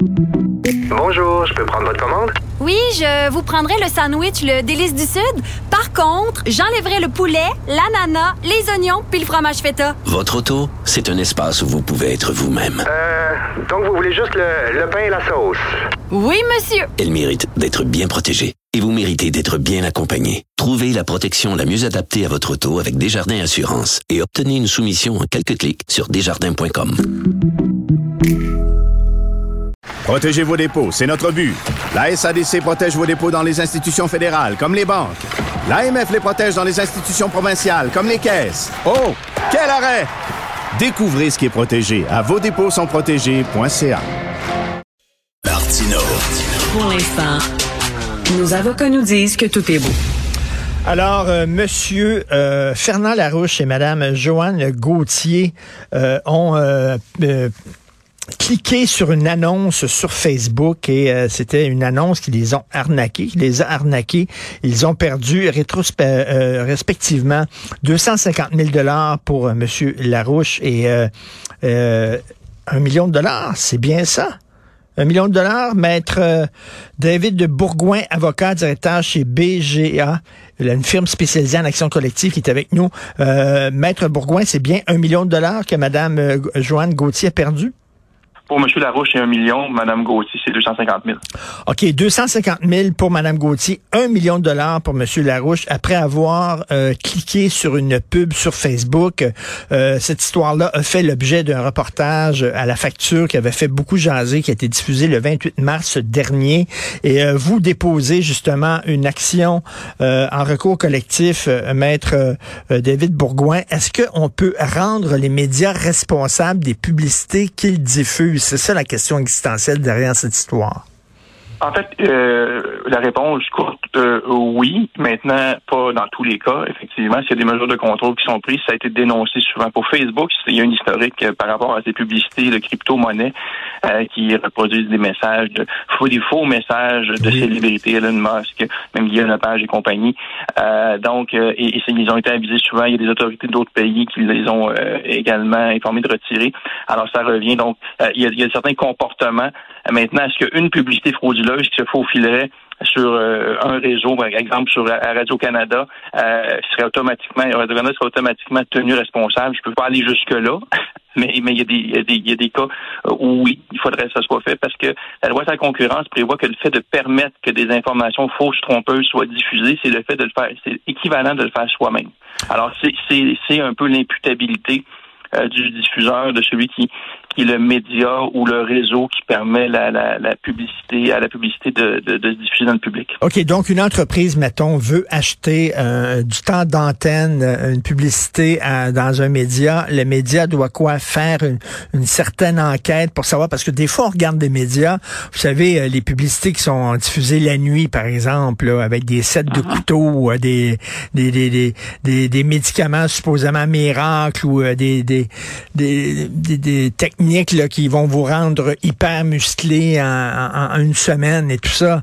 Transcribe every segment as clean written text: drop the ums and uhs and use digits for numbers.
Bonjour, je peux prendre votre commande? Oui, je vous prendrai le sandwich, le délice du Sud. Par contre, j'enlèverai le poulet, l'ananas, les oignons puis le fromage feta. Votre auto, c'est un espace où vous pouvez être vous-même. Donc vous voulez juste le pain et la sauce? Oui, monsieur. Elle mérite d'être bien protégée. Et vous méritez d'être bien accompagné. Trouvez la protection la mieux adaptée à votre auto avec Desjardins Assurance et obtenez une soumission en quelques clics sur desjardins.com. Protégez vos dépôts, c'est notre but. La SADC protège vos dépôts dans les institutions fédérales, comme les banques. L'AMF les protège dans les institutions provinciales, comme les caisses. Oh, quel arrêt! Découvrez ce qui est protégé à vosdépôtssontprotégés.ca. Martino. Pour l'instant, nos avocats nous disent que tout est beau. Alors, Monsieur Fernand Larouche et Madame Joanne Gauthier ont cliqué sur une annonce sur Facebook et c'était une annonce qui les a arnaqués. Ils ont perdu respectivement 250 000 $ pour Monsieur Larouche et 1 million de dollars. C'est bien ça? 1 million de dollars, maître David de Bourgoin, avocat, directeur chez BGA, une firme spécialisée en action collective qui est avec nous. Maître Bourgoin, c'est bien 1 million de dollars que Madame Joanne Gauthier a perdu? Pour M. Larouche, c'est 1 million. Mme Gauthier, c'est 250 000. OK, 250 000 pour Mme Gauthier, 1 million de dollars pour M. Larouche, après avoir cliqué sur une pub sur Facebook. Cette histoire-là a fait l'objet d'un reportage à La Facture qui avait fait beaucoup jaser, qui a été diffusé le 28 mars dernier. Et vous déposez justement une action en recours collectif, Maître David Bourgoin. Est-ce qu'on peut rendre les médias responsables des publicités qu'ils diffusent? C'est ça la question existentielle derrière cette histoire. En fait, la réponse courte, oui. Maintenant, pas dans tous les cas. Effectivement, s'il y a des mesures de contrôle qui sont prises, ça a été dénoncé souvent. Pour Facebook, il y a une historique par rapport à ces publicités de crypto-monnaies qui reproduisent des messages, des faux messages de célébrités, Elon Musk, même Guillaume Lepage et compagnie. Ils ont été avisés souvent. Il y a des autorités d'autres pays qui les ont également informés de retirer. Alors, ça revient. Donc, il y a certains comportements. Maintenant, est-ce qu'une publicité frauduleuse qui se faufilerait sur un réseau, par exemple sur Radio-Canada, Radio-Canada serait automatiquement tenu responsable? Je peux pas aller jusque-là, mais il y a des cas où oui, il faudrait que ça soit fait parce que la loi de la concurrence prévoit que le fait de permettre que des informations fausses, trompeuses soient diffusées, c'est le fait de le faire, c'est équivalent de le faire soi-même. Alors, c'est un peu l'imputabilité du diffuseur, de celui qui est le média ou le réseau qui permet la publicité de se diffuser dans le public. OK, donc une entreprise, mettons, veut acheter du temps d'antenne, une publicité dans un média. Le média doit quoi? Faire une certaine enquête pour savoir, parce que des fois, on regarde des médias, vous savez, les publicités qui sont diffusées la nuit, par exemple, là, avec des sets de couteaux, des médicaments supposément miracles ou des techniques là, qui vont vous rendre hyper musclé en une semaine et tout ça.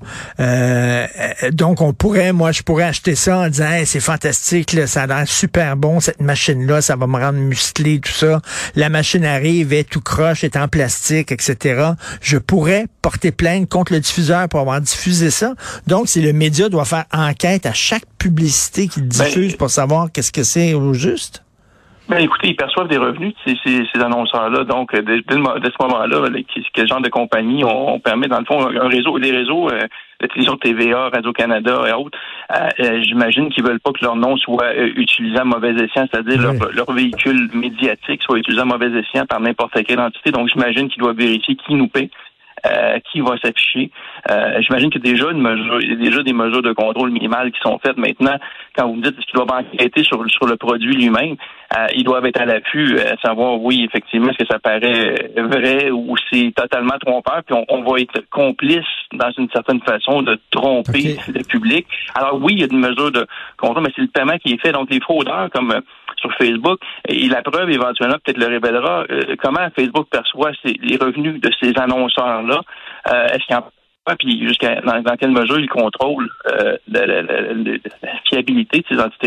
Donc, je pourrais acheter ça en disant hey, c'est fantastique, là, ça a l'air super bon, cette machine-là, ça va me rendre musclé, tout ça. La machine arrive, est tout croche, est en plastique, etc. Je pourrais porter plainte contre le diffuseur pour avoir diffusé ça. Donc, si le média doit faire enquête à chaque publicité qu'il diffuse pour savoir qu'est-ce que c'est au juste? Ben, écoutez, ils perçoivent des revenus de ces annonceurs-là. Donc, de ce moment-là, quel genre de compagnie on permet, dans le fond, des réseaux, la télévision TVA, Radio-Canada et autres, j'imagine qu'ils veulent pas que leur nom soit utilisé à mauvais escient, c'est-à-dire leur véhicule médiatique soit utilisé à mauvais escient par n'importe quelle entité. Donc, j'imagine qu'ils doivent vérifier qui nous paie. Qui va s'afficher. J'imagine qu'il y a déjà des mesures de contrôle minimales qui sont faites. Maintenant, quand vous me dites qu'ils doivent enquêter sur le produit lui-même, ils doivent être à l'affût, savoir, oui, effectivement, est-ce que ça paraît vrai ou c'est totalement trompeur, puis on va être complice dans une certaine façon de tromper le public. Alors oui, il y a des mesures de contrôle, mais c'est le paiement qui est fait. Donc les fraudeurs, comme sur Facebook, et la preuve éventuellement peut-être le révélera, comment Facebook perçoit les revenus de ces annonceurs-là. Est-ce qu'il y en a puis dans quelle mesure ils contrôlent la fiabilité de ces entités-là?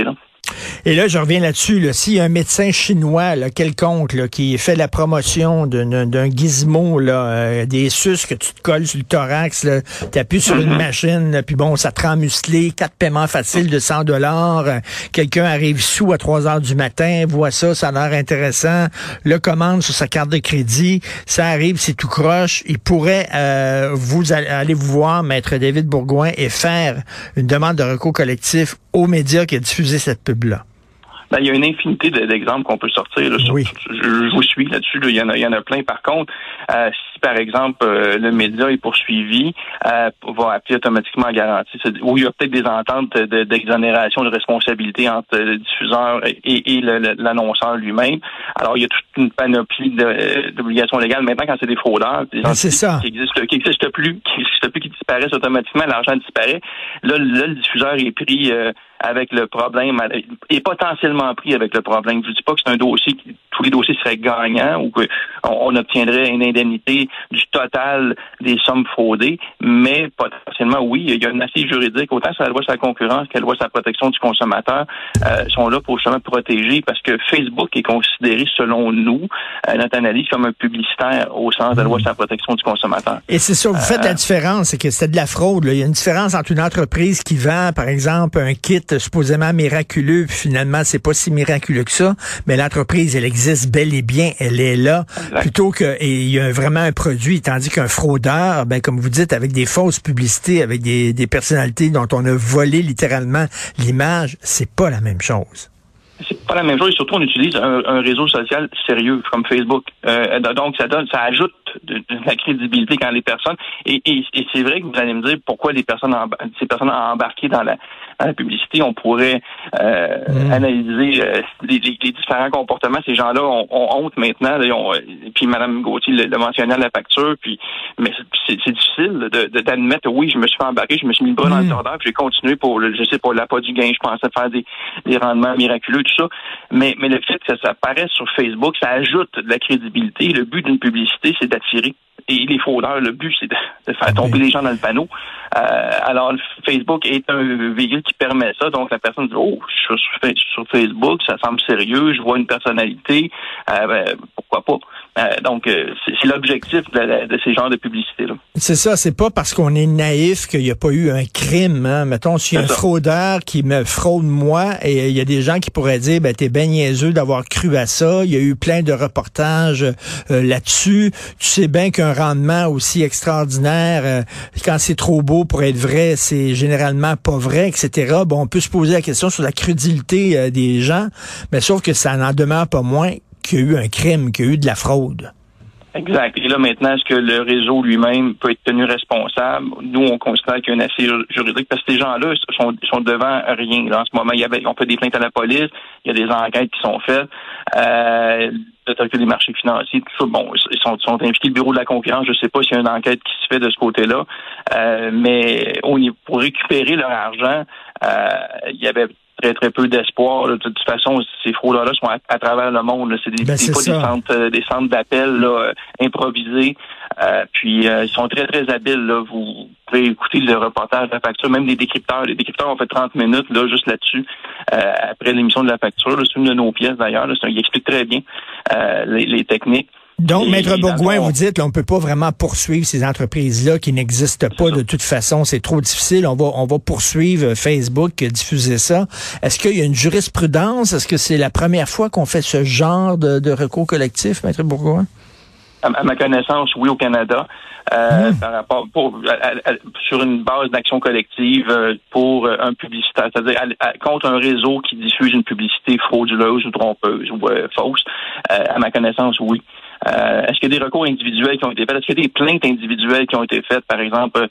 Et là, je reviens là-dessus. Là, s'il y a un médecin chinois là, quelconque là, qui fait la promotion d'un gizmo, là, des suces que tu te colles sur le thorax, tu appuies sur une machine, là, puis bon, ça te rend musclé, 4 paiements faciles de $100. Quelqu'un arrive sous à 3 heures du matin, voit ça, ça a l'air intéressant, le commande sur sa carte de crédit, ça arrive, c'est tout croche. Il pourrait aller vous voir, Maître David Bourgoin, et faire une demande de recours collectif aux médias qui a diffusé cette pub-là. Ben, il y a une infinité d'exemples qu'on peut sortir. Là, oui. Je vous suis là-dessus. Là, il y en a plein. Par contre, si par exemple le média est poursuivi, va appeler automatiquement à garantie. Où il y a peut-être des ententes d'exonération de responsabilité entre le diffuseur et l'annonceur lui-même. Alors il y a toute une panoplie d'obligations légales. Maintenant, quand c'est des fraudeurs, des gens qui existent plus, qui disparaissent automatiquement, l'argent disparaît. Là, le diffuseur est pris avec le problème, est potentiellement pris avec le problème. Je ne dis pas que c'est un dossier tous les dossiers seraient gagnants ou qu'on obtiendrait une indemnité du total des sommes fraudées, mais potentiellement, oui, il y a une assise juridique, autant sur la loi sur la concurrence que la loi sur la protection du consommateur sont là pour justement protéger, parce que Facebook est considéré, selon nous, notre analyse, comme un publicitaire au sens de la loi sur la protection du consommateur. Et c'est ça, vous faites la différence, c'est que c'est de la fraude. Là. Il y a une différence entre une entreprise qui vend, par exemple, un kit supposément miraculeux, puis finalement, c'est pas si miraculeux que ça, mais l'entreprise, elle existe bel et bien, elle est là, exact. Plutôt que il y a vraiment un produit, tandis qu'un fraudeur, ben comme vous dites, avec des fausses publicités, avec des personnalités dont on a volé littéralement l'image, c'est pas la même chose. C'est pas la même chose, et surtout on utilise un réseau social sérieux comme Facebook. Donc ça ajoute de la crédibilité quand les personnes et c'est vrai que vous allez me dire pourquoi ces personnes ont embarqué dans la publicité. On pourrait analyser les différents comportements. Ces gens-là ont honte maintenant. Puis Mme Gauthier l'a mentionné à la facture. Mais c'est difficile d'admettre. Oui, je me suis fait embarquer, je me suis mis le bras dans le tordeur, puis j'ai continué pour l'appât du gain. Je pensais faire des rendements miraculeux, tout ça. Mais le fait que ça apparaisse sur Facebook, ça ajoute de la crédibilité. Le but d'une publicité, c'est d'attirer. Et les fraudeurs, le but, c'est de faire tomber les gens dans le panneau. Alors, Facebook est un véhicule qui permet ça. Donc, la personne dit, je suis sur Facebook, ça semble sérieux, je vois une personnalité, pourquoi pas? Donc, c'est l'objectif de ces genres de publicités-là. C'est ça, c'est pas parce qu'on est naïf qu'il n'y a pas eu un crime. Hein? Mettons, s'il y a un fraudeur qui me fraude moi, et il y a des gens qui pourraient dire, t'es ben niaiseux d'avoir cru à ça, il y a eu plein de reportages là-dessus, tu sais bien qu'un rendement aussi extraordinaire, quand c'est trop beau pour être vrai, c'est généralement pas vrai, etc. Bon, on peut se poser la question sur la crédulité des gens, mais sauf que ça n'en demeure pas moins qu'il y a eu un crime, qu'il y a eu de la fraude. Exact. Et là, maintenant, est-ce que le réseau lui-même peut être tenu responsable? Nous, on considère qu'il y a une assise juridique, parce que ces gens-là sont devant rien. Là, en ce moment, on fait des plaintes à la police, il y a des enquêtes qui sont faites. L'autorité des marchés financiers, tout ça, bon, ils sont impliqués, le bureau de la concurrence, je ne sais pas s'il y a une enquête qui se fait de ce côté-là, mais pour récupérer leur argent, il y avait très, très peu d'espoir. De toute façon, ces fraudeurs-là sont à travers le monde. Là. C'est des centres d'appel là, improvisés. Puis ils sont très, très habiles. Là. Vous pouvez écouter le reportage de la facture, même les décrypteurs. Les décrypteurs ont fait 30 minutes là, juste là-dessus, après l'émission de la facture. C'est une de nos pièces d'ailleurs. Il explique très bien les techniques. Donc, Maître Bourgoin, vous dites, là, on peut pas vraiment poursuivre ces entreprises-là qui n'existent pas de toute façon. C'est trop difficile. On va poursuivre Facebook qui a diffusé ça. Est-ce qu'il y a une jurisprudence? Est-ce que c'est la première fois qu'on fait ce genre de recours collectif, Maître Bourgoin? À ma connaissance, oui, au Canada, par rapport sur une base d'action collective pour un publicitaire, c'est-à-dire contre un réseau qui diffuse une publicité frauduleuse ou trompeuse ou fausse. À ma connaissance, oui. Est-ce qu'il y a des recours individuels qui ont été faits? Est-ce qu'il y a des plaintes individuelles qui ont été faites, par exemple,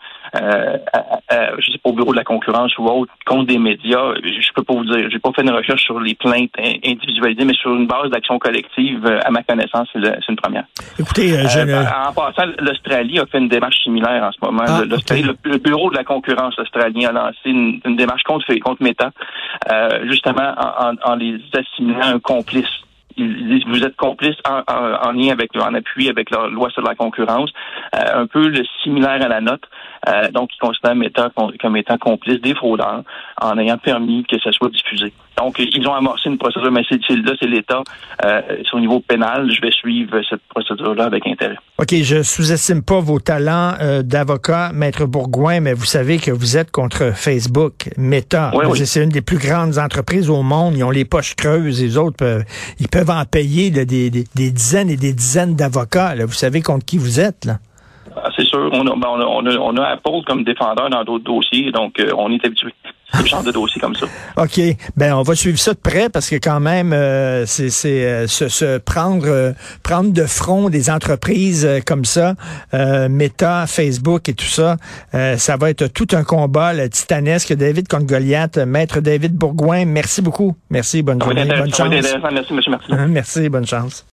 je sais pas, au bureau de la concurrence ou autre, contre des médias? Je peux pas vous dire. J'ai pas fait une recherche sur les plaintes individualisées, mais sur une base d'action collective, à ma connaissance, c'est une première. Écoutez, en passant, l'Australie a fait une démarche similaire en ce moment. Le bureau de la concurrence australien a lancé une démarche contre Meta, justement en les assimilant à un complice. ils disent vous êtes complice en lien en appui avec la loi sur la concurrence, un peu similaire à la nôtre. Donc, ils considèrent Meta comme étant complice des fraudeurs en ayant permis que ça soit diffusé. Donc, ils ont amorcé une procédure, mais c'est l'État. Au niveau pénal, je vais suivre cette procédure-là avec intérêt. OK, je sous-estime pas vos talents d'avocat, Maître Bourgouin, mais vous savez que vous êtes contre Facebook, Meta. Oui. C'est une des plus grandes entreprises au monde. Ils ont les poches creuses. Les autres, ils peuvent en payer là, des dizaines et des dizaines d'avocats. Là. Vous savez contre qui vous êtes, là? C'est sûr. On a Apple comme défendeur dans d'autres dossiers, donc on est habitué. C'est le genre de dossier comme ça. OK. On va suivre ça de près parce que quand même, se prendre de front des entreprises comme ça, Meta, Facebook et tout ça, ça va être tout un combat titanesque. David contre Goliath. Maître David Bourgouin, merci beaucoup. Merci, bonne journée. Bonne chance. Merci, M. Martineau. Merci, bonne chance.